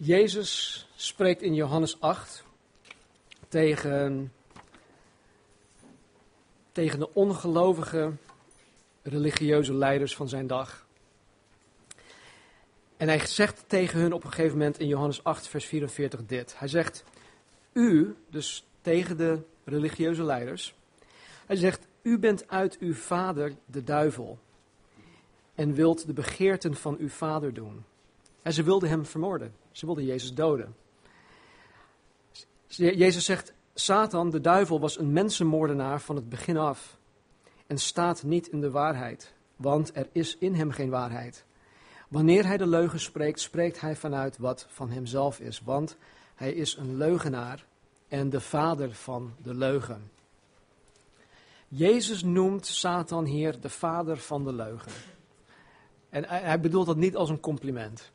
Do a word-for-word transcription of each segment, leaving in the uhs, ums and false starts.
Jezus spreekt in Johannes acht tegen, tegen de ongelovige religieuze leiders van zijn dag. En hij zegt tegen hun op een gegeven moment in Johannes acht vers vierenveertig dit. Hij zegt, u, dus tegen de religieuze leiders, hij zegt, u bent uit uw vader de duivel en wilt de begeerten van uw vader doen. En ze wilden hem vermoorden. Ze wilden Jezus doden. Jezus zegt, Satan, de duivel, was een mensenmoordenaar van het begin af en staat niet in de waarheid, want er is in hem geen waarheid. Wanneer hij de leugen spreekt, spreekt hij vanuit wat van hemzelf is, want hij is een leugenaar en de vader van de leugen. Jezus noemt Satan hier de vader van de leugen. En hij bedoelt dat niet als een compliment.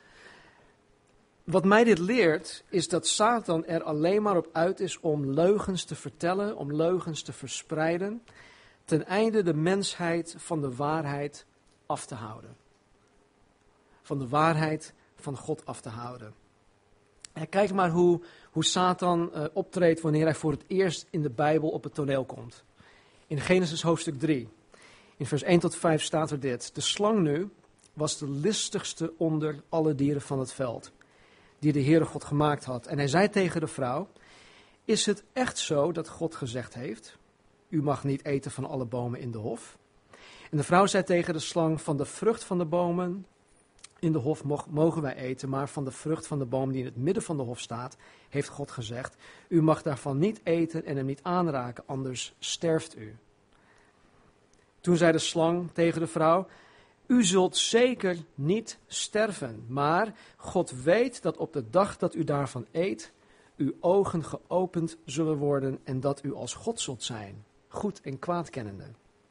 Wat mij dit leert, is dat Satan er alleen maar op uit is om leugens te vertellen, om leugens te verspreiden, ten einde de mensheid van de waarheid af te houden. Van de waarheid van God af te houden. En kijk maar hoe, hoe Satan uh, optreedt wanneer hij voor het eerst in de Bijbel op het toneel komt. In Genesis hoofdstuk drie, in vers één tot vijf staat er dit. De slang nu was de listigste onder alle dieren van het veld, die de Heere God gemaakt had. En hij zei tegen de vrouw, is het echt zo dat God gezegd heeft, u mag niet eten van alle bomen in de hof? En de vrouw zei tegen de slang, van de vrucht van de bomen in de hof mogen wij eten, maar van de vrucht van de boom die in het midden van de hof staat, heeft God gezegd, u mag daarvan niet eten en hem niet aanraken, anders sterft u. Toen zei de slang tegen de vrouw, u zult zeker niet sterven, maar God weet dat op de dag dat u daarvan eet, uw ogen geopend zullen worden en dat u als God zult zijn, goed en kwaad kennende.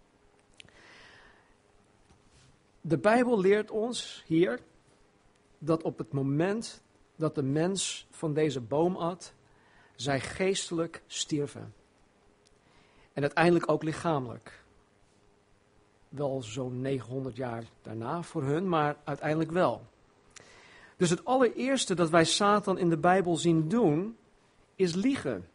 De Bijbel leert ons hier dat op het moment dat de mens van deze boom at, zij geestelijk stierven. En uiteindelijk ook lichamelijk. Wel zo'n negenhonderd jaar daarna voor hun, maar uiteindelijk wel. Dus het allereerste dat wij Satan in de Bijbel zien doen, is liegen.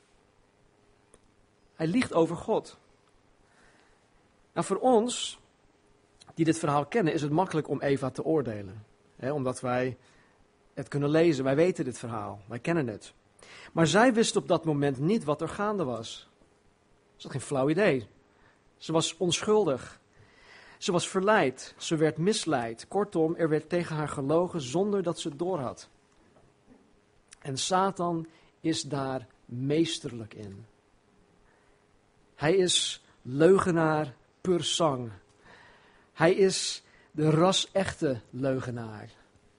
Hij liegt over God. Nou, voor ons, die dit verhaal kennen, is het makkelijk om Eva te oordelen. Hè, omdat wij het kunnen lezen, wij weten dit verhaal, wij kennen het. Maar zij wist op dat moment niet wat er gaande was. Ze had geen flauw idee. Ze was onschuldig. Ze was verleid, ze werd misleid. Kortom, er werd tegen haar gelogen zonder dat ze het doorhad. En Satan is daar meesterlijk in. Hij is leugenaar pur sang. Hij is de ras-echte leugenaar.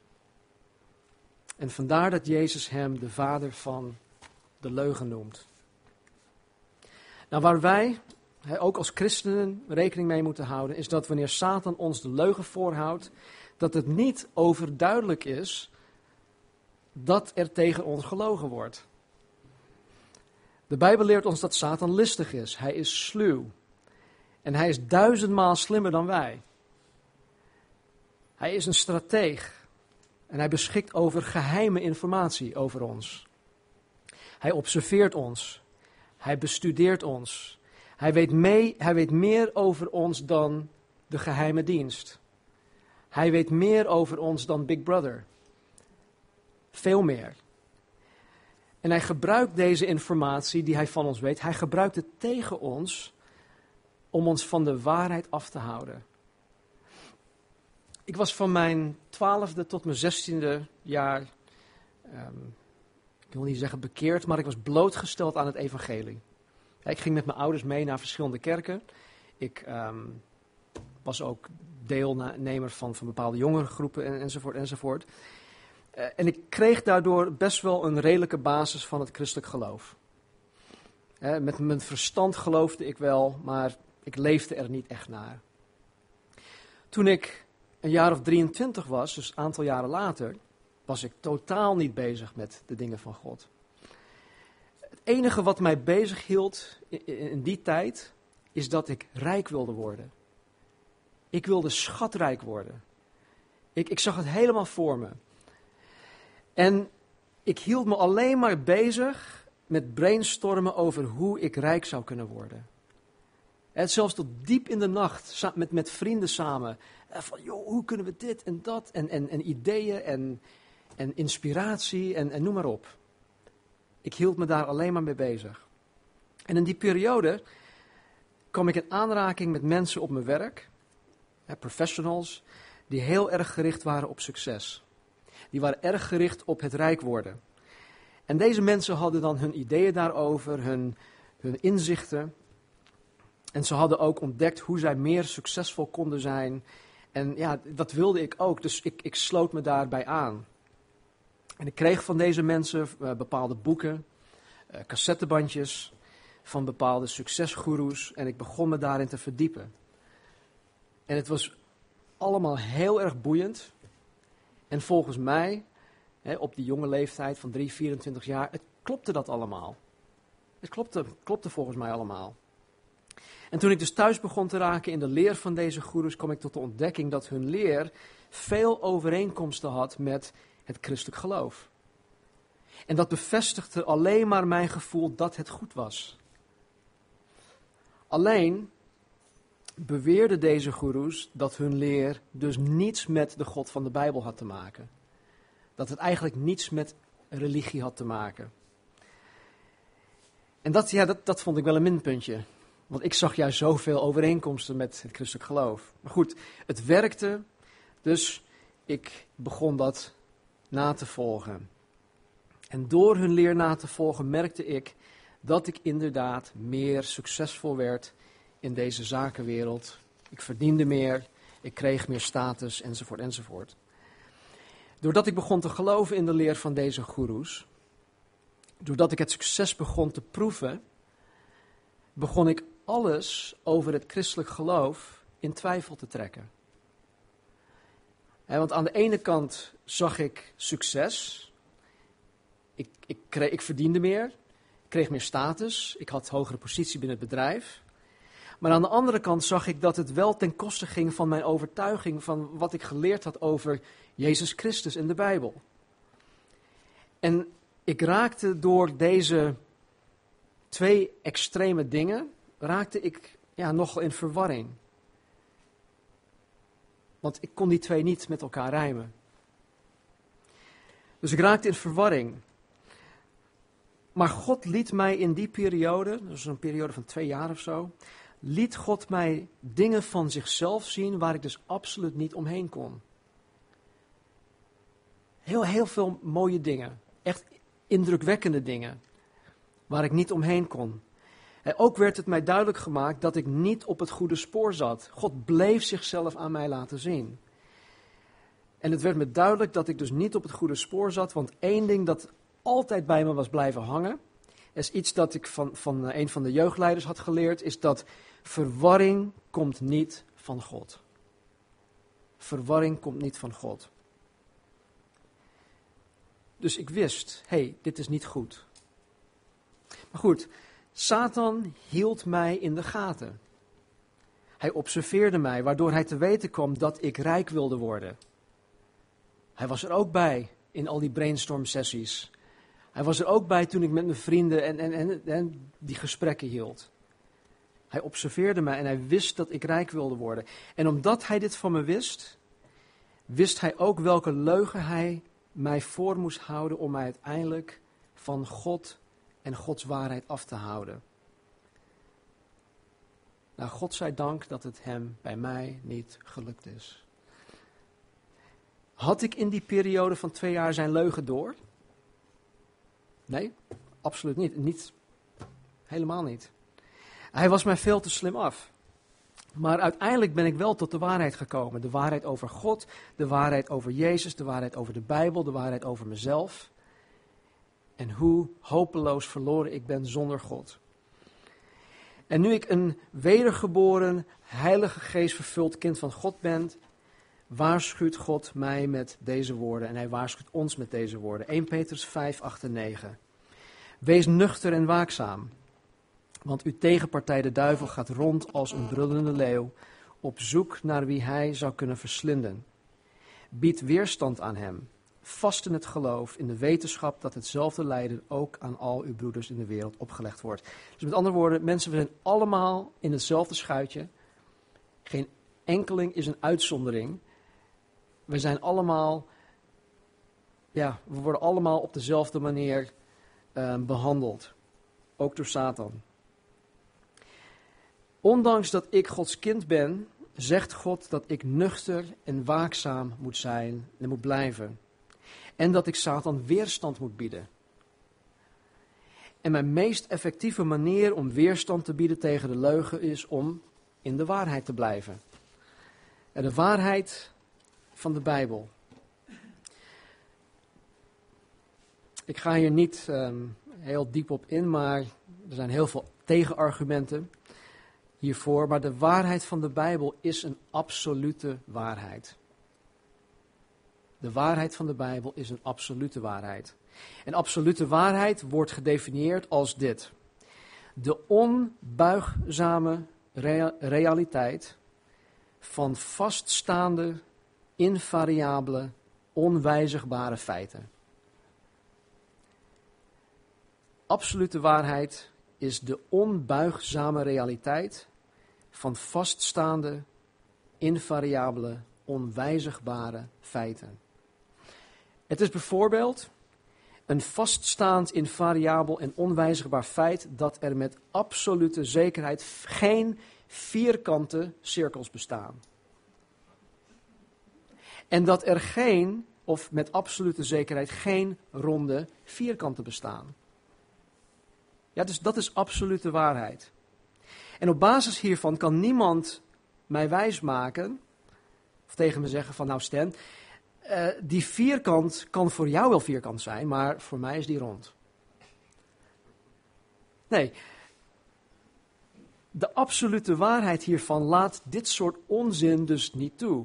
En vandaar dat Jezus hem de vader van de leugen noemt. Nou, waar wij ook als christenen rekening mee moeten houden, is dat wanneer Satan ons de leugen voorhoudt, dat het niet overduidelijk is dat er tegen ons gelogen wordt. De Bijbel leert ons dat Satan listig is. Hij is sluw. En hij is duizendmaal slimmer dan wij. Hij is een strateeg. En hij beschikt over geheime informatie over ons. Hij observeert ons. Hij bestudeert ons. Hij weet, mee, hij weet meer over ons dan de geheime dienst. Hij weet meer over ons dan Big Brother. Veel meer. En hij gebruikt deze informatie die hij van ons weet, hij gebruikt het tegen ons om ons van de waarheid af te houden. Ik was van mijn twaalfde tot mijn zestiende jaar, um, ik wil niet zeggen bekeerd, maar ik was blootgesteld aan het evangelie. Ja, ik ging met mijn ouders mee naar verschillende kerken. Ik um, was ook deelnemer van, van bepaalde jongerengroepen en, enzovoort enzovoort. Uh, en ik kreeg daardoor best wel een redelijke basis van het christelijk geloof. Uh, met mijn verstand geloofde ik wel, maar ik leefde er niet echt naar. Toen ik een jaar of drieëntwintig was, dus een aantal jaren later, was ik totaal niet bezig met de dingen van God. Het enige wat mij bezig hield in, in die tijd, is dat ik rijk wilde worden. Ik wilde schatrijk worden. Ik, ik zag het helemaal voor me. En ik hield me alleen maar bezig met brainstormen over hoe ik rijk zou kunnen worden. En zelfs tot diep in de nacht, met, met vrienden samen. Van, joh, hoe kunnen we dit en dat? En, en, en ideeën en, en inspiratie en, en noem maar op. Ik hield me daar alleen maar mee bezig. En in die periode kwam ik in aanraking met mensen op mijn werk, hè, professionals, die heel erg gericht waren op succes. Die waren erg gericht op het rijk worden. En deze mensen hadden dan hun ideeën daarover, hun, hun inzichten. En ze hadden ook ontdekt hoe zij meer succesvol konden zijn. En ja, dat wilde ik ook, dus ik, ik sloot me daarbij aan. En ik kreeg van deze mensen uh, bepaalde boeken, uh, cassettebandjes van bepaalde succesgoeroes. En ik begon me daarin te verdiepen. En het was allemaal heel erg boeiend. En volgens mij, hè, op die jonge leeftijd van drie, vierentwintig jaar, het klopte dat allemaal. Het klopte, klopte volgens mij allemaal. En toen ik dus thuis begon te raken in de leer van deze goeroes, kwam ik tot de ontdekking dat hun leer veel overeenkomsten had met het christelijk geloof. En dat bevestigde alleen maar mijn gevoel dat het goed was. Alleen beweerden deze goeroes dat hun leer dus niets met de God van de Bijbel had te maken. Dat het eigenlijk niets met religie had te maken. En dat, ja, dat, dat vond ik wel een minpuntje. Want ik zag juist zoveel overeenkomsten met het christelijk geloof. Maar goed, het werkte, dus ik begon dat na te volgen. En door hun leer na te volgen merkte ik dat ik inderdaad meer succesvol werd in deze zakenwereld. Ik verdiende meer, ik kreeg meer status, enzovoort, enzovoort. Doordat ik begon te geloven in de leer van deze goeroes, doordat ik het succes begon te proeven, begon ik alles over het christelijk geloof in twijfel te trekken. He, want aan de ene kant zag ik succes, ik, ik, kreeg, ik verdiende meer, ik kreeg meer status, ik had hogere positie binnen het bedrijf. Maar aan de andere kant zag ik dat het wel ten koste ging van mijn overtuiging van wat ik geleerd had over Jezus Christus in de Bijbel. En ik raakte door deze twee extreme dingen, raakte ik ja, nogal in verwarring. Want ik kon die twee niet met elkaar rijmen. Dus ik raakte in verwarring. Maar God liet mij in die periode, dat was een periode van twee jaar of zo, liet God mij dingen van zichzelf zien waar ik dus absoluut niet omheen kon. Heel, heel veel mooie dingen. Echt indrukwekkende dingen. Waar ik niet omheen kon. En ook werd het mij duidelijk gemaakt dat ik niet op het goede spoor zat. God bleef zichzelf aan mij laten zien. En het werd me duidelijk dat ik dus niet op het goede spoor zat. Want één ding dat altijd bij me was blijven hangen, is iets dat ik van, van een van de jeugdleiders had geleerd, is dat verwarring komt niet van God. Verwarring komt niet van God. Dus ik wist, hé, hey, dit is niet goed. Maar goed, Satan hield mij in de gaten. Hij observeerde mij, waardoor hij te weten kwam dat ik rijk wilde worden. Hij was er ook bij in al die brainstorm sessies. Hij was er ook bij toen ik met mijn vrienden en, en, en, en die gesprekken hield. Hij observeerde mij en hij wist dat ik rijk wilde worden. En omdat hij dit van me wist, wist hij ook welke leugen hij mij voor moest houden om mij uiteindelijk van God en Gods waarheid af te houden. Nou, God zij dank dat het hem bij mij niet gelukt is. Had ik in die periode van twee jaar zijn leugen door? Nee, absoluut niet. niet. Helemaal niet. Hij was mij veel te slim af. Maar uiteindelijk ben ik wel tot de waarheid gekomen. De waarheid over God, de waarheid over Jezus, de waarheid over de Bijbel, de waarheid over mezelf. En hoe hopeloos verloren ik ben zonder God. En nu ik een wedergeboren, heilige geest vervuld kind van God ben, waarschuwt God mij met deze woorden. En hij waarschuwt ons met deze woorden. Eerste Petrus vijf, acht en negen. Wees nuchter en waakzaam. Want uw tegenpartij de duivel gaat rond als een brullende leeuw, op zoek naar wie hij zou kunnen verslinden. Bied weerstand aan hem. vast in het geloof, in de wetenschap dat hetzelfde lijden ook aan al uw broeders in de wereld opgelegd wordt. Dus met andere woorden, mensen, we zijn allemaal in hetzelfde schuitje. Geen enkeling is een uitzondering. We zijn allemaal, ja, we worden allemaal op dezelfde manier uh, behandeld. Ook door Satan. Ondanks dat ik Gods kind ben, zegt God dat ik nuchter en waakzaam moet zijn en moet blijven. En dat ik Satan weerstand moet bieden. En mijn meest effectieve manier om weerstand te bieden tegen de leugen is om in de waarheid te blijven. En de waarheid van de Bijbel. Ik ga hier niet um, heel diep op in, maar er zijn heel veel tegenargumenten hiervoor. Maar de waarheid van de Bijbel is een absolute waarheid. De waarheid van de Bijbel is een absolute waarheid. En absolute waarheid wordt gedefinieerd als dit. De onbuigzame rea- realiteit van vaststaande, invariabele, onwijzigbare feiten. Absolute waarheid is de onbuigzame realiteit van vaststaande, invariabele, onwijzigbare feiten. Het is bijvoorbeeld een vaststaand, invariabel en onwijzigbaar feit dat er met absolute zekerheid geen vierkante cirkels bestaan. En dat er geen, of met absolute zekerheid geen ronde vierkanten bestaan. Ja, dus dat is absolute waarheid. En op basis hiervan kan niemand mij wijsmaken, of tegen me zeggen van nou Stan, uh, die vierkant kan voor jou wel vierkant zijn, maar voor mij is die rond. Nee, de absolute waarheid hiervan laat dit soort onzin dus niet toe.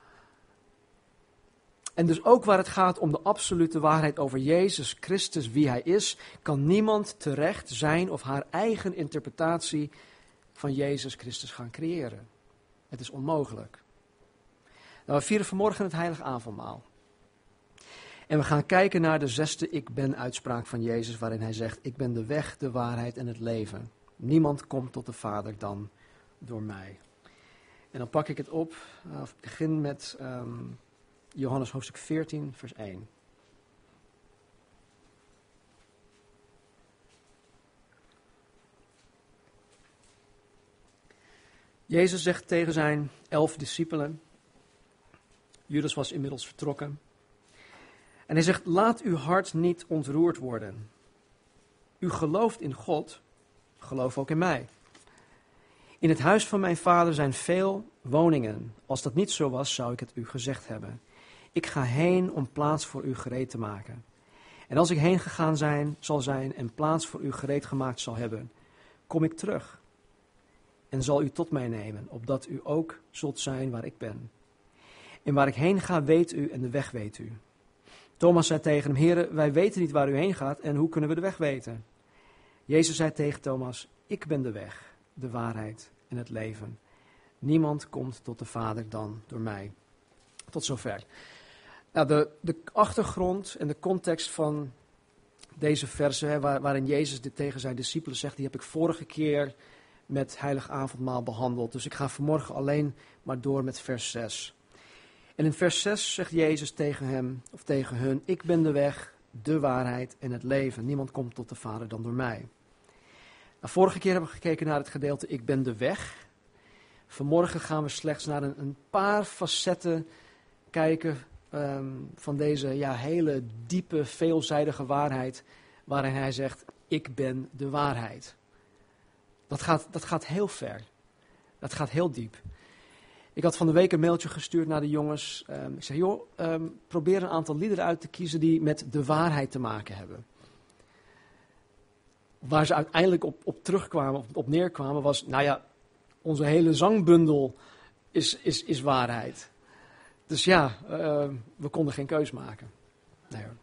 En dus ook waar het gaat om de absolute waarheid over Jezus Christus, wie Hij is, kan niemand terecht zijn of haar eigen interpretatie van Jezus Christus gaan creëren. Het is onmogelijk. Nou, we vieren vanmorgen het heilige avondmaal. En we gaan kijken naar de zesde ik ben uitspraak van Jezus, waarin Hij zegt, ik ben de weg, de waarheid en het leven. Niemand komt tot de Vader dan door mij. En dan pak ik het op, uh, ik begin met um, Johannes hoofdstuk veertien, vers één. Jezus zegt tegen zijn elf discipelen, Judas was inmiddels vertrokken, en hij zegt, laat uw hart niet ontroerd worden. U gelooft in God, geloof ook in mij. In het huis van mijn vader zijn veel woningen. Als dat niet zo was, zou ik het u gezegd hebben. Ik ga heen om plaats voor u gereed te maken. En als ik heen gegaan zijn, zal zijn en plaats voor u gereed gemaakt zal hebben, kom ik terug en zal u tot mij nemen, opdat u ook zult zijn waar ik ben. En waar ik heen ga, weet u en de weg weet u. Thomas zei tegen hem, Heere, wij weten niet waar u heen gaat en hoe kunnen we de weg weten? Jezus zei tegen Thomas, ik ben de weg, de waarheid en het leven. Niemand komt tot de Vader dan door mij. Tot zover. Nou, de, de achtergrond en de context van deze versen, waar, waarin Jezus dit tegen zijn discipelen zegt, die heb ik vorige keer met heilig avondmaal behandeld. Dus ik ga vanmorgen alleen maar door met vers zes. En in vers zes zegt Jezus tegen hem, of tegen hun, ik ben de weg, de waarheid en het leven. Niemand komt tot de Vader dan door mij. Nou, vorige keer hebben we gekeken naar het gedeelte, ik ben de weg. Vanmorgen gaan we slechts naar een, een paar facetten kijken um, van deze ja, hele diepe, veelzijdige waarheid, waarin hij zegt, ik ben de waarheid. Dat gaat, dat gaat heel ver. Dat gaat heel diep. Ik had van de week een mailtje gestuurd naar de jongens. Um, ik zei, joh, um, probeer een aantal liederen uit te kiezen die met de waarheid te maken hebben. Waar ze uiteindelijk op, op terugkwamen, op, op neerkwamen, was, nou ja, onze hele zangbundel is, is, is waarheid. Dus ja, uh, we konden geen keus maken. Nee hoor.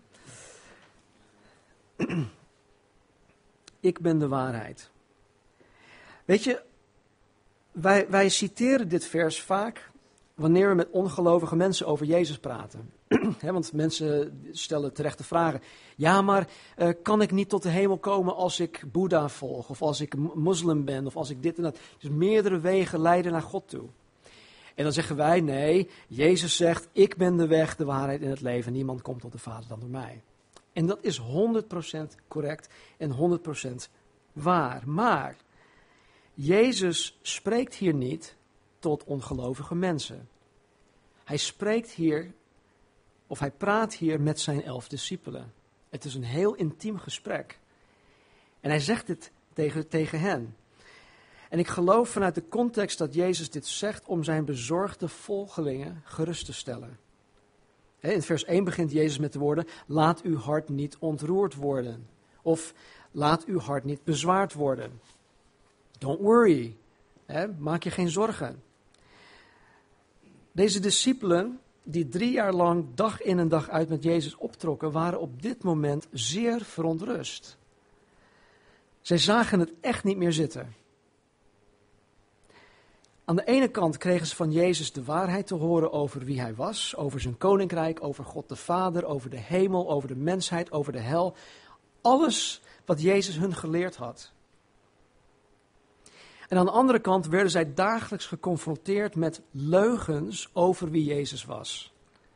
Ik ben de waarheid. Weet je, wij, wij citeren dit vers vaak wanneer we met ongelovige mensen over Jezus praten. He, want mensen stellen terecht de vragen. Ja, maar uh, kan ik niet tot de hemel komen als ik Boeddha volg? Of als ik moslim ben? Of als ik dit en dat? Dus meerdere wegen leiden naar God toe. En dan zeggen wij, nee, Jezus zegt, ik ben de weg, de waarheid en het leven. Niemand komt tot de Vader dan door mij. En dat is honderd procent correct en honderd procent waar. Maar Jezus spreekt hier niet tot ongelovige mensen. Hij spreekt hier, of hij praat hier met zijn elf discipelen. Het is een heel intiem gesprek. En hij zegt dit tegen, tegen hen. En ik geloof vanuit de context dat Jezus dit zegt om zijn bezorgde volgelingen gerust te stellen. In vers één begint Jezus met de woorden, laat uw hart niet ontroerd worden. Of laat uw hart niet bezwaard worden. Don't worry. Maak je geen zorgen. Deze discipelen, die drie jaar lang dag in en dag uit met Jezus optrokken, waren op dit moment zeer verontrust. Zij zagen het echt niet meer zitten. Aan de ene kant kregen ze van Jezus de waarheid te horen over wie hij was, over zijn koninkrijk, over God de Vader, over de hemel, over de mensheid, over de hel. Alles wat Jezus hun geleerd had. En aan de andere kant werden zij dagelijks geconfronteerd met leugens over wie Jezus was.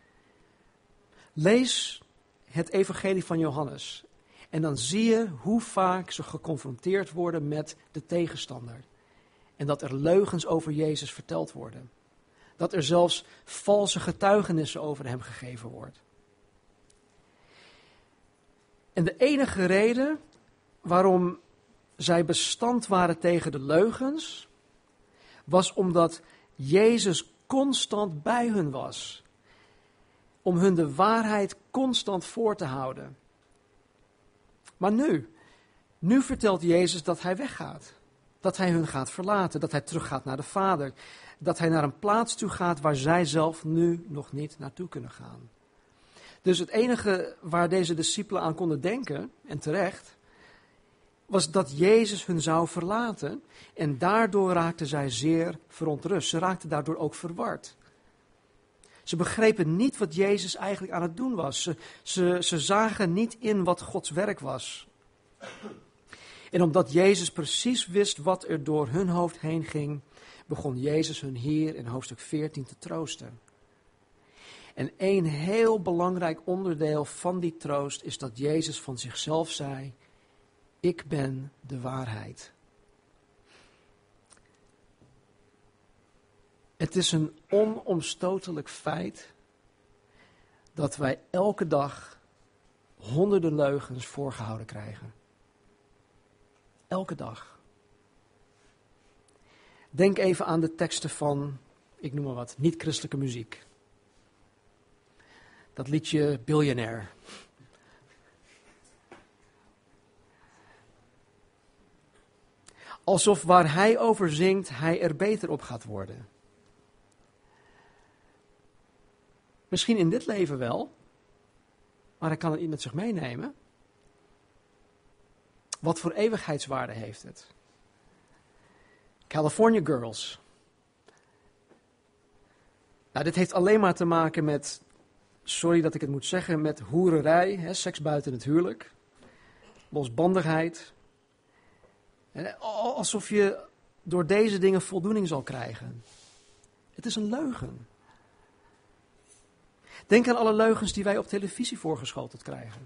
Lees het evangelie van Johannes en dan zie je hoe vaak ze geconfronteerd worden met de tegenstander. En dat er leugens over Jezus verteld worden. Dat er zelfs valse getuigenissen over hem gegeven wordt. En de enige reden waarom zij bestand waren tegen de leugens, was omdat Jezus constant bij hun was. Om hun de waarheid constant voor te houden. Maar nu, nu vertelt Jezus dat hij weggaat. Dat hij hun gaat verlaten, dat hij teruggaat naar de Vader. Dat hij naar een plaats toe gaat waar zij zelf nu nog niet naartoe kunnen gaan. Dus het enige waar deze discipelen aan konden denken, en terecht, was dat Jezus hun zou verlaten. En daardoor raakten zij zeer verontrust. Ze raakten daardoor ook verward. Ze begrepen niet wat Jezus eigenlijk aan het doen was. Ze, ze, ze zagen niet in wat Gods werk was. En omdat Jezus precies wist wat er door hun hoofd heen ging, begon Jezus hun hier in hoofdstuk veertien te troosten. En een heel belangrijk onderdeel van die troost is dat Jezus van zichzelf zei, ik ben de waarheid. Het is een onomstotelijk feit dat wij elke dag honderden leugens voorgehouden krijgen. Elke dag. Denk even aan de teksten van, ik noem maar wat, niet-christelijke muziek. Dat liedje Billionaire. Alsof waar hij over zingt, hij er beter op gaat worden. Misschien in dit leven wel, maar hij kan het niet met zich meenemen. Wat voor eeuwigheidswaarde heeft het? California Girls. Nou, dit heeft alleen maar te maken met, sorry dat ik het moet zeggen, met hoererij, hè, seks buiten het huwelijk, losbandigheid. Alsof je door deze dingen voldoening zal krijgen. Het is een leugen. Denk aan alle leugens die wij op televisie voorgeschoteld krijgen.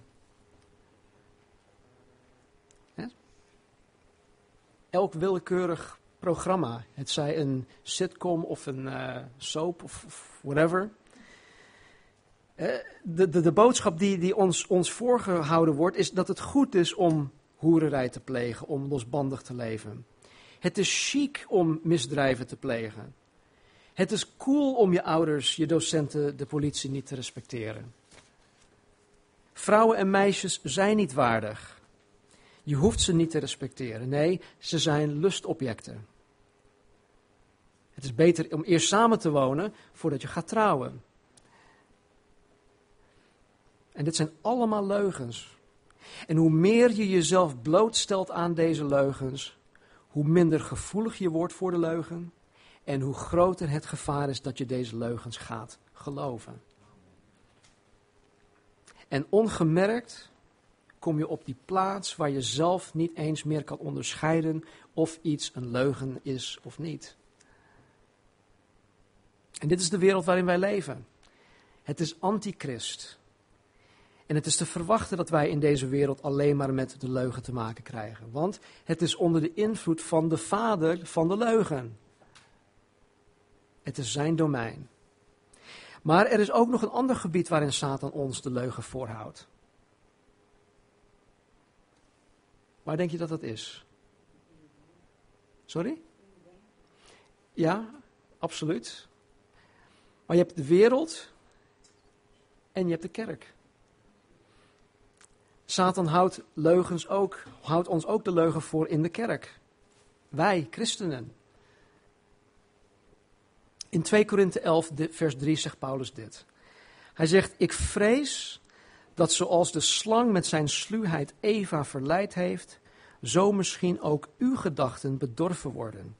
Hè? Elk willekeurig programma, het zij een sitcom of een uh, soap of, of whatever. Uh, de, de, de boodschap die, die ons, ons voorgehouden wordt is dat het goed is om hoererij te plegen, om losbandig te leven. Het is chic om misdrijven te plegen. Het is cool om je ouders, je docenten, de politie niet te respecteren. Vrouwen en meisjes zijn niet waardig. Je hoeft ze niet te respecteren. Nee, ze zijn lustobjecten. Het is beter om eerst samen te wonen voordat je gaat trouwen. En dit zijn allemaal leugens. En hoe meer je jezelf blootstelt aan deze leugens, hoe minder gevoelig je wordt voor de leugen en hoe groter het gevaar is dat je deze leugens gaat geloven. En ongemerkt kom je op die plaats waar je zelf niet eens meer kan onderscheiden of iets een leugen is of niet. En dit is de wereld waarin wij leven. Het is antichrist. En het is te verwachten dat wij in deze wereld alleen maar met de leugen te maken krijgen. Want het is onder de invloed van de vader van de leugen. Het is zijn domein. Maar er is ook nog een ander gebied waarin Satan ons de leugen voorhoudt. Waar denk je dat dat is? Sorry? Ja, absoluut. Maar je hebt de wereld en je hebt de kerk. Satan houdt leugens ook, houdt ons ook de leugen voor in de kerk. Wij, christenen. In twee Korinthe elf, vers drie zegt Paulus dit. Hij zegt, ik vrees dat zoals de slang met zijn sluwheid Eva verleid heeft, zo misschien ook uw gedachten bedorven worden.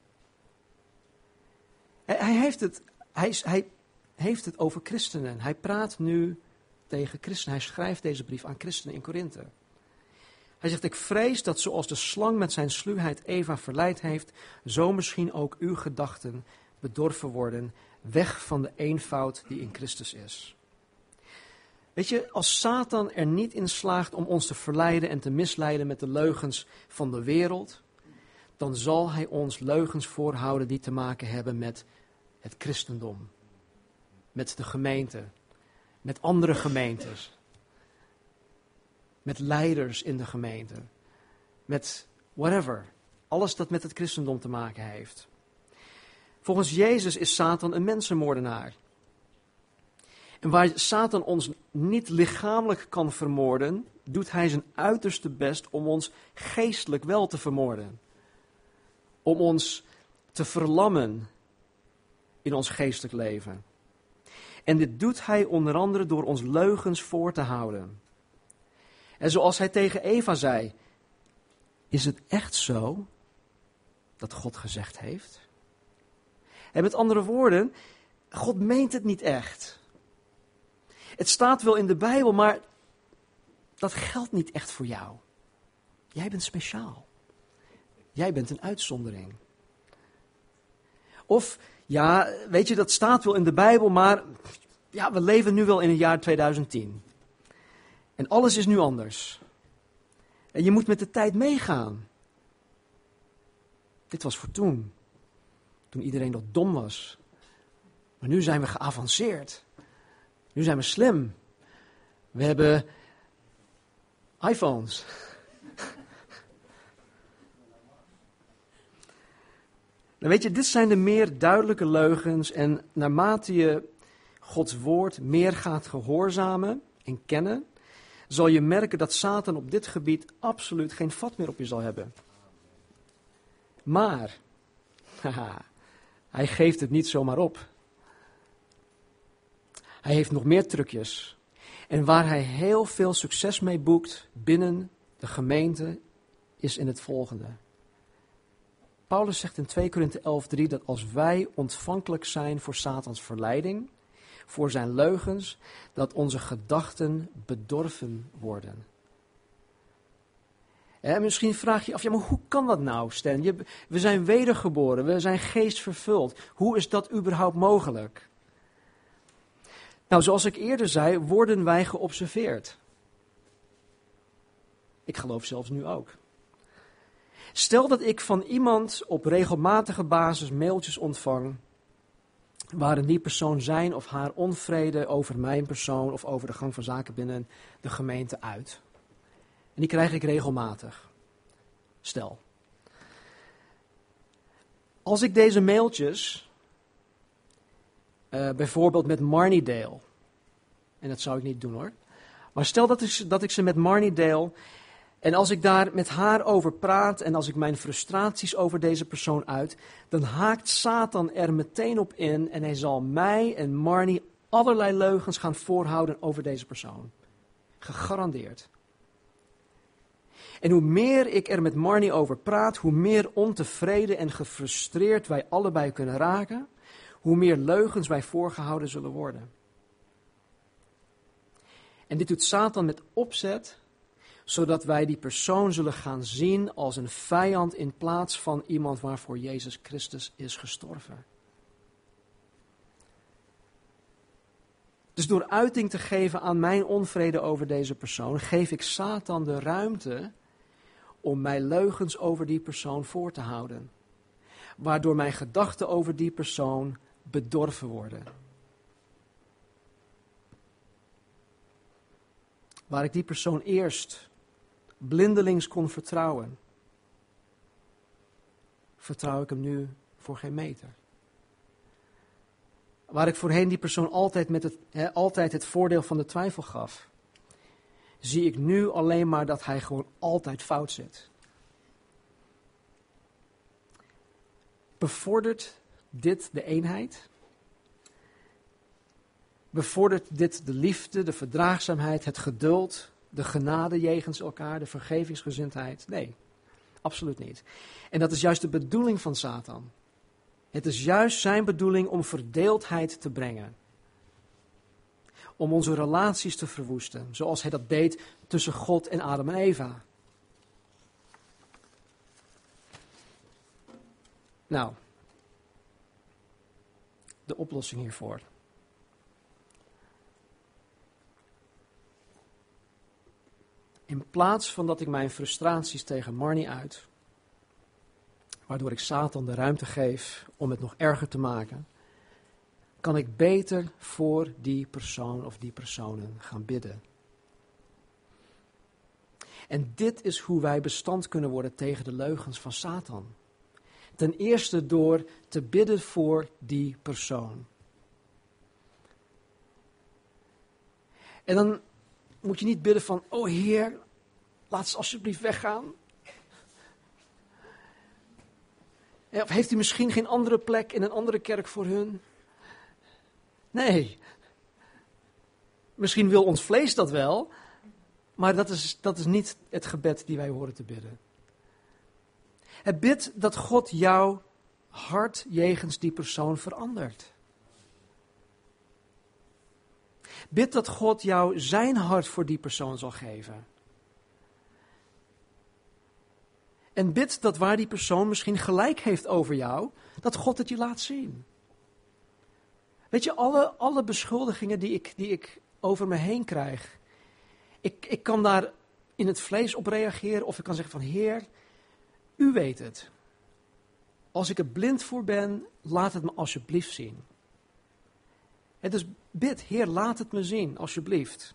Hij, hij, heeft het, hij, hij heeft het over christenen. Hij praat nu tegen christenen. Hij schrijft deze brief aan christenen in Korinthe. Hij zegt, ik vrees dat zoals de slang met zijn sluwheid Eva verleid heeft, zo misschien ook uw gedachten bedorven worden, weg van de eenvoud die in Christus is. Weet je, als Satan er niet in slaagt om ons te verleiden en te misleiden met de leugens van de wereld, dan zal hij ons leugens voorhouden die te maken hebben met het christendom, met de gemeente, met andere gemeentes, met leiders in de gemeente, met whatever, alles dat met het christendom te maken heeft. Volgens Jezus is Satan een mensenmoordenaar. En waar Satan ons niet lichamelijk kan vermoorden, doet hij zijn uiterste best om ons geestelijk wel te vermoorden. Om ons te verlammen in ons geestelijk leven. En dit doet hij onder andere door ons leugens voor te houden. En zoals hij tegen Eva zei, is het echt zo dat God gezegd heeft? En met andere woorden, God meent het niet echt. Het staat wel in de Bijbel, maar dat geldt niet echt voor jou. Jij bent speciaal. Jij bent een uitzondering. Of, ja, weet je, dat staat wel in de Bijbel, maar ja, we leven nu wel in het jaar tweeduizend tien. En alles is nu anders. En je moet met de tijd meegaan. Dit was voor toen. Toen iedereen nog dom was. Maar nu zijn we geavanceerd. Nu zijn we slim. We hebben iPhones. Dan weet je, dit zijn de meer duidelijke leugens. En naarmate je Gods woord meer gaat gehoorzamen en kennen, zal je merken dat Satan op dit gebied absoluut geen vat meer op je zal hebben. Maar, haha, hij geeft het niet zomaar op. Hij heeft nog meer trucjes. En waar hij heel veel succes mee boekt binnen de gemeente, is in het volgende. Paulus zegt in twee Korinthe elf drie dat als wij ontvankelijk zijn voor Satans verleiding, voor zijn leugens, dat onze gedachten bedorven worden. En misschien vraag je af, ja, maar hoe kan dat nou, Stan? Je, we zijn wedergeboren, we zijn geestvervuld. Hoe is dat überhaupt mogelijk? Nou, zoals ik eerder zei, worden wij geobserveerd. Ik geloof zelfs nu ook. Stel dat ik van iemand op regelmatige basis mailtjes ontvang, waarin die persoon zijn of haar onvrede over mijn persoon of over de gang van zaken binnen de gemeente uit. En die krijg ik regelmatig. Stel. Als ik deze mailtjes, uh, bijvoorbeeld met Marnie deel, en dat zou ik niet doen hoor, maar stel dat ik, dat ik ze met Marnie deel, en als ik daar met haar over praat en als ik mijn frustraties over deze persoon uit, dan haakt Satan er meteen op in en hij zal mij en Marnie allerlei leugens gaan voorhouden over deze persoon. Gegarandeerd. En hoe meer ik er met Marnie over praat, hoe meer ontevreden en gefrustreerd wij allebei kunnen raken, hoe meer leugens wij voorgehouden zullen worden. En dit doet Satan met opzet, zodat wij die persoon zullen gaan zien als een vijand in plaats van iemand waarvoor Jezus Christus is gestorven. Dus door uiting te geven aan mijn onvrede over deze persoon, geef ik Satan de ruimte om mij leugens over die persoon voor te houden. Waardoor mijn gedachten over die persoon bedorven worden. Waar ik die persoon eerst blindelings kon vertrouwen, vertrouw ik hem nu voor geen meter. Waar ik voorheen die persoon altijd, met het, he, altijd het voordeel van de twijfel gaf, zie ik nu alleen maar dat hij gewoon altijd fout zit. Bevordert dit de eenheid? Bevordert dit de liefde, de verdraagzaamheid, het geduld, de genade jegens elkaar, de vergevingsgezindheid? Nee, absoluut niet. En dat is juist de bedoeling van Satan. Het is juist zijn bedoeling om verdeeldheid te brengen. Om onze relaties te verwoesten, zoals hij dat deed tussen God en Adam en Eva. Nou, de oplossing hiervoor. In plaats van dat ik mijn frustraties tegen Marnie uit, waardoor ik Satan de ruimte geef om het nog erger te maken, kan ik beter voor die persoon of die personen gaan bidden. En dit is hoe wij bestand kunnen worden tegen de leugens van Satan. Ten eerste door te bidden voor die persoon. En dan moet je niet bidden van, oh Heer, laat ze alsjeblieft weggaan. Of heeft u misschien geen andere plek in een andere kerk voor hun? Nee. Misschien wil ons vlees dat wel, maar dat is, dat is niet het gebed die wij horen te bidden. Het bid dat God jouw hart jegens die persoon verandert. Bid dat God jou zijn hart voor die persoon zal geven. En bid dat waar die persoon misschien gelijk heeft over jou, dat God het je laat zien. Weet je, alle, alle beschuldigingen die ik, die ik over me heen krijg, ik, ik kan daar in het vlees op reageren of ik kan zeggen van Heer, u weet het. Als ik er blind voor ben, laat het me alsjeblieft zien. En dus bid, Heer, laat het me zien, alsjeblieft.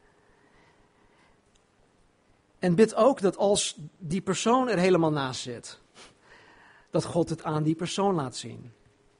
En bid ook dat als die persoon er helemaal naast zit, dat God het aan die persoon laat zien.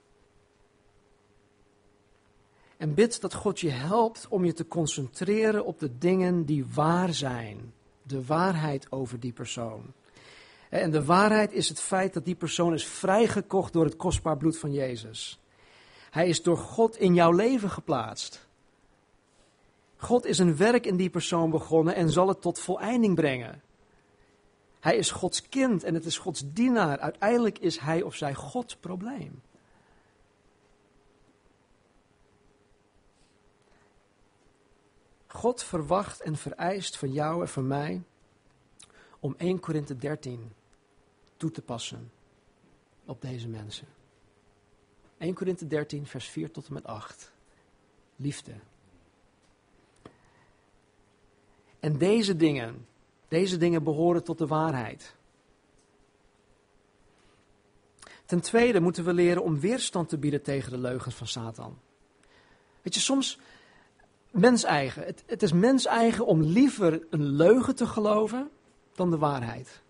En bid dat God je helpt om je te concentreren op de dingen die waar zijn. De waarheid over die persoon. En de waarheid is het feit dat die persoon is vrijgekocht door het kostbaar bloed van Jezus. Hij is door God in jouw leven geplaatst. God is een werk in die persoon begonnen en zal het tot voleinding brengen. Hij is Gods kind en het is Gods dienaar. Uiteindelijk is hij of zij Gods probleem. God verwacht en vereist van jou en van mij om Eerste Korinthe dertien toe te passen op deze mensen. Eerste Korinthe dertien, vers vier tot en met acht. Liefde. En deze dingen, deze dingen behoren tot de waarheid. Ten tweede moeten we leren om weerstand te bieden tegen de leugens van Satan. Weet je, soms mens-eigen. Het, het is mens-eigen om liever een leugen te geloven dan de waarheid.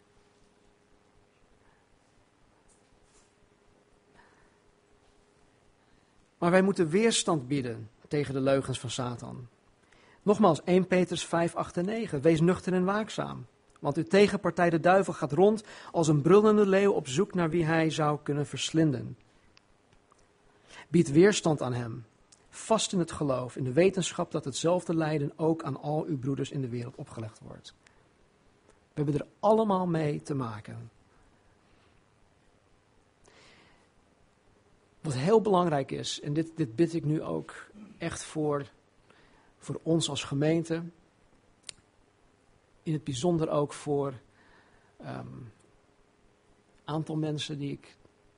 Maar wij moeten weerstand bieden tegen de leugens van Satan. Nogmaals, Eerste Petrus vijf, acht en negen. Wees nuchter en waakzaam. Want uw tegenpartij de duivel gaat rond als een brullende leeuw op zoek naar wie hij zou kunnen verslinden. Bied weerstand aan hem. Vast in het geloof, in de wetenschap dat hetzelfde lijden ook aan al uw broeders in de wereld opgelegd wordt. We hebben er allemaal mee te maken. Wat heel belangrijk is, en dit, dit bid ik nu ook echt voor, voor ons als gemeente, in het bijzonder ook voor een um, aantal mensen die ik,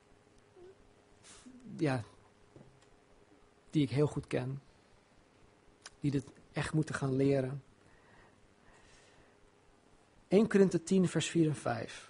ja, die ik heel goed ken, die dit echt moeten gaan leren. Eerste Korinthe tien, vers vier en vijf.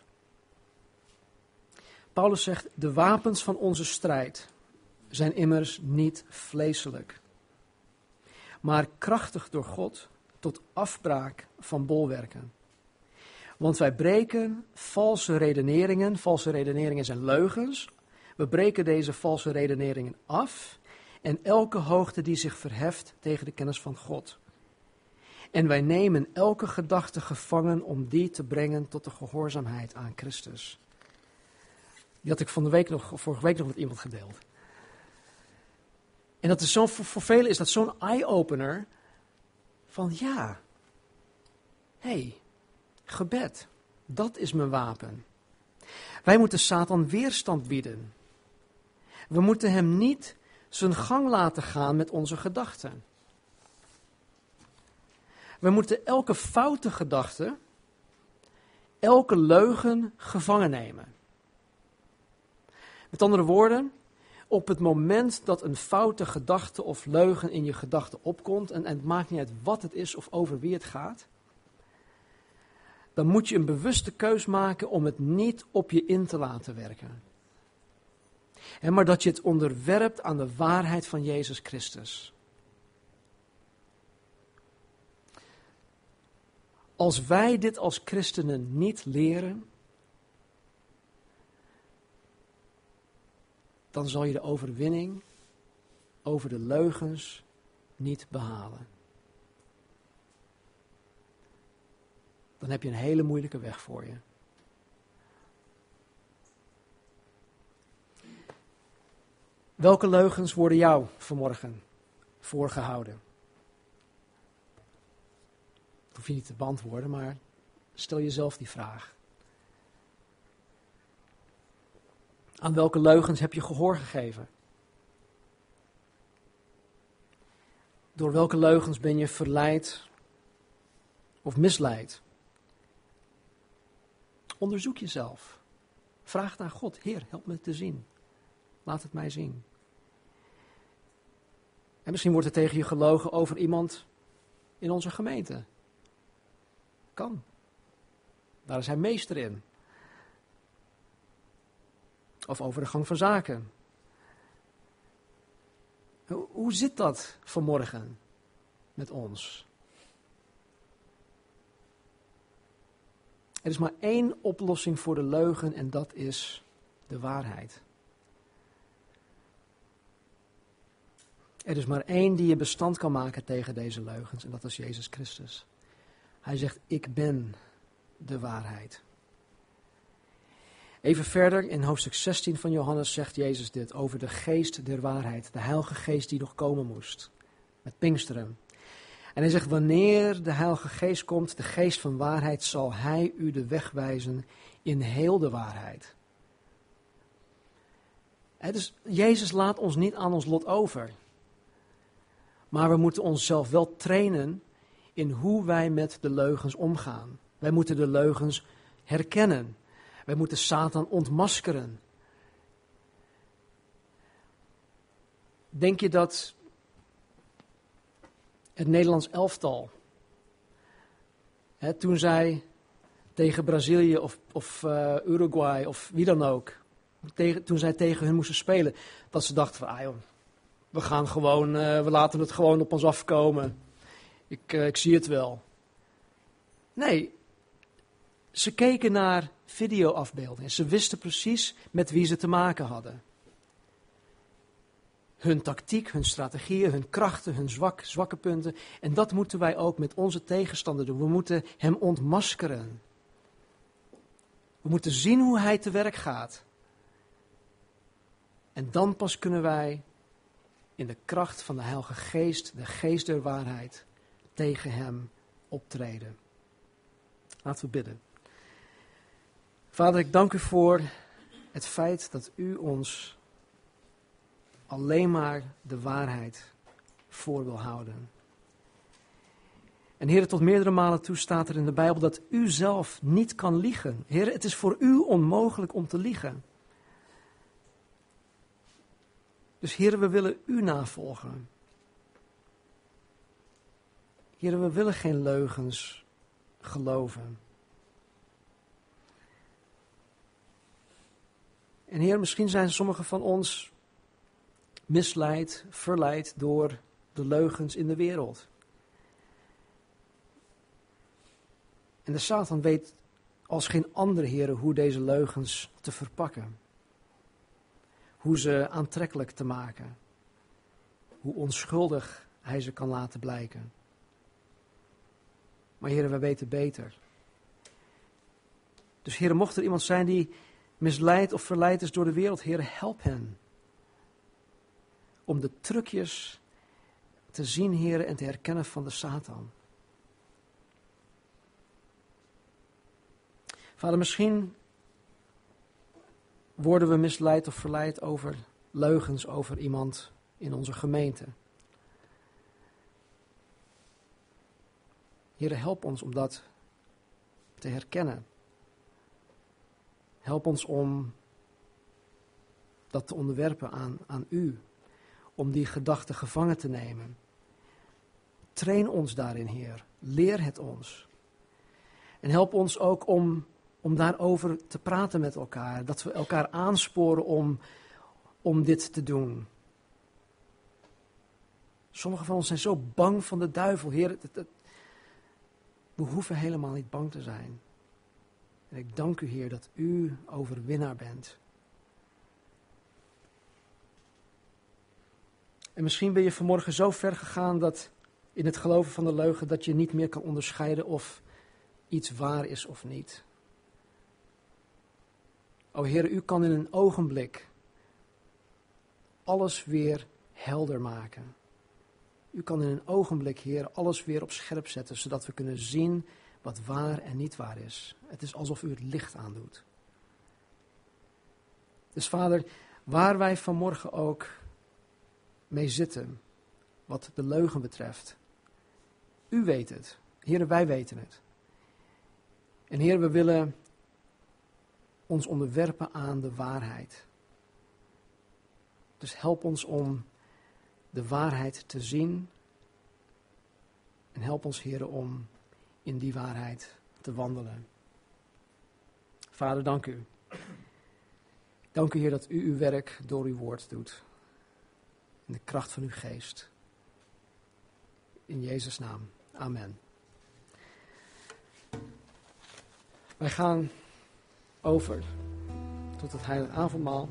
Paulus zegt, de wapens van onze strijd zijn immers niet vleeselijk, maar krachtig door God tot afbraak van bolwerken. Want wij breken valse redeneringen, valse redeneringen zijn leugens, we breken deze valse redeneringen af en elke hoogte die zich verheft tegen de kennis van God. En wij nemen elke gedachte gevangen om die te brengen tot de gehoorzaamheid aan Christus. Die had ik van de week nog, vorige week nog met iemand gedeeld. En dat is zo, voor, voor velen is dat zo'n eye-opener van ja, hé, hey, gebed, dat is mijn wapen. Wij moeten Satan weerstand bieden. We moeten hem niet zijn gang laten gaan met onze gedachten. We moeten elke foute gedachte, elke leugen gevangen nemen. Met andere woorden, op het moment dat een foute gedachte of leugen in je gedachten opkomt, en, en het maakt niet uit wat het is of over wie het gaat, dan moet je een bewuste keus maken om het niet op je in te laten werken. En maar dat je het onderwerpt aan de waarheid van Jezus Christus. Als wij dit als christenen niet leren, dan zal je de overwinning over de leugens niet behalen. Dan heb je een hele moeilijke weg voor je. Welke leugens worden jou vanmorgen voorgehouden? Dat hoef je niet te beantwoorden, maar stel jezelf die vraag. Aan welke leugens heb je gehoor gegeven? Door welke leugens ben je verleid of misleid? Onderzoek jezelf. Vraag naar God. Heer, help me te zien. Laat het mij zien. En misschien wordt er tegen je gelogen over iemand in onze gemeente. Kan. Daar is hij meester in. Of over de gang van zaken. Hoe, hoe zit dat vanmorgen met ons? Er is maar één oplossing voor de leugen en dat is de waarheid. Er is maar één die je bestand kan maken tegen deze leugens en dat is Jezus Christus. Hij zegt, ik ben de waarheid. Even verder in hoofdstuk zestien van Johannes zegt Jezus dit over de geest der waarheid. De heilige geest die nog komen moest. Met Pinksteren. En hij zegt, wanneer de heilige geest komt, de geest van waarheid, zal hij u de weg wijzen in heel de waarheid. He, dus Jezus laat ons niet aan ons lot over. Maar we moeten onszelf wel trainen in hoe wij met de leugens omgaan. Wij moeten de leugens herkennen. Wij moeten Satan ontmaskeren. Denk je dat het Nederlands elftal, hè, toen zij tegen Brazilië of, of uh, Uruguay of wie dan ook, tegen, toen zij tegen hun moesten spelen, dat ze dachten van, ah joh, we gaan gewoon, uh, we laten het gewoon op ons afkomen. Ik, uh, ik zie het wel. Nee, ze keken naar videoafbeeldingen. Ze wisten precies met wie ze te maken hadden. Hun tactiek, hun strategieën, hun krachten, hun zwak, zwakke punten. En dat moeten wij ook met onze tegenstander doen. We moeten hem ontmaskeren. We moeten zien hoe hij te werk gaat. En dan pas kunnen wij in de kracht van de Heilige Geest, de geest der waarheid, tegen hem optreden. Laten we bidden. Vader, ik dank u voor het feit dat u ons alleen maar de waarheid voor wil houden. En Heer, tot meerdere malen toe staat er in de Bijbel dat u zelf niet kan liegen. Heer, het is voor u onmogelijk om te liegen. Dus Heer, we willen u navolgen. Heer, we willen geen leugens geloven. En Heer, misschien zijn sommigen van ons misleid, verleid door de leugens in de wereld. En de Satan weet als geen andere, Heer, hoe deze leugens te verpakken. Hoe ze aantrekkelijk te maken. Hoe onschuldig hij ze kan laten blijken. Maar Heer, we weten beter. Dus Heer, mocht er iemand zijn die misleid of verleid is door de wereld, Heer, help hen. Om de trucjes te zien, Heer, en te herkennen van de Satan. Vader, misschien worden we misleid of verleid over leugens over iemand in onze gemeente. Heer, help ons om dat te herkennen. Help ons om dat te onderwerpen aan, aan u. Om die gedachten gevangen te nemen. Train ons daarin, Heer. Leer het ons. En help ons ook om, om daarover te praten met elkaar. Dat we elkaar aansporen om, om dit te doen. Sommigen van ons zijn zo bang van de duivel. Heer, het, het, we hoeven helemaal niet bang te zijn. En ik dank u, Heer, dat u overwinnaar bent. En misschien ben je vanmorgen zo ver gegaan dat in het geloven van de leugen dat je niet meer kan onderscheiden of iets waar is of niet. O Heer, u kan in een ogenblik alles weer helder maken. U kan in een ogenblik, Heer, alles weer op scherp zetten, zodat we kunnen zien wat waar en niet waar is. Het is alsof u het licht aandoet. Dus Vader, waar wij vanmorgen ook mee zitten, wat de leugen betreft. U weet het. Heer, wij weten het. En Heer, we willen ons onderwerpen aan de waarheid. Dus help ons om de waarheid te zien. En help ons, Heer, om in die waarheid te wandelen. Vader, dank u. Dank u, Heer, dat u uw werk door uw woord doet. In de kracht van uw geest. In Jezus' naam. Amen. Wij gaan over tot het heilige avondmaal.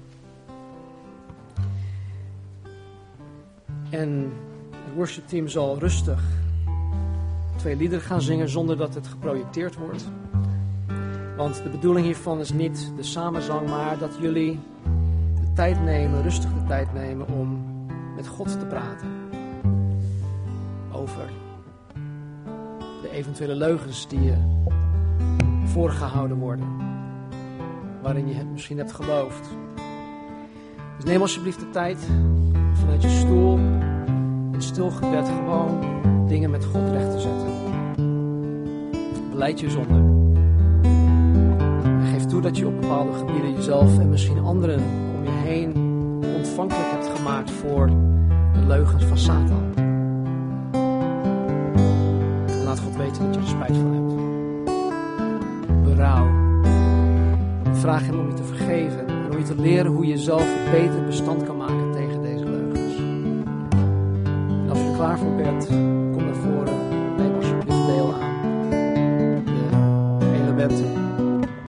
En het worshipteam zal rustig twee liederen gaan zingen zonder dat het geprojecteerd wordt. Want de bedoeling hiervan is niet de samenzang, maar dat jullie de tijd nemen, rustig de tijd nemen om met God te praten. Over de eventuele leugens die je voorgehouden worden. Waarin je het misschien hebt geloofd. Dus neem alsjeblieft de tijd vanuit je stoel in stil gebed gewoon dingen met God recht te zetten. Belijd je zonde. En geef toe dat je op bepaalde gebieden jezelf en misschien anderen om je heen ontvankelijk hebt gemaakt voor de leugens van Satan. En laat God weten dat je er spijt van hebt. Berouw. En vraag hem om je te vergeven en om je te leren hoe je zelf beter bestand kan maken tegen deze leugens. En als je er klaar voor bent, kom naar voren. Neem alsjeblieft deel aan de elementen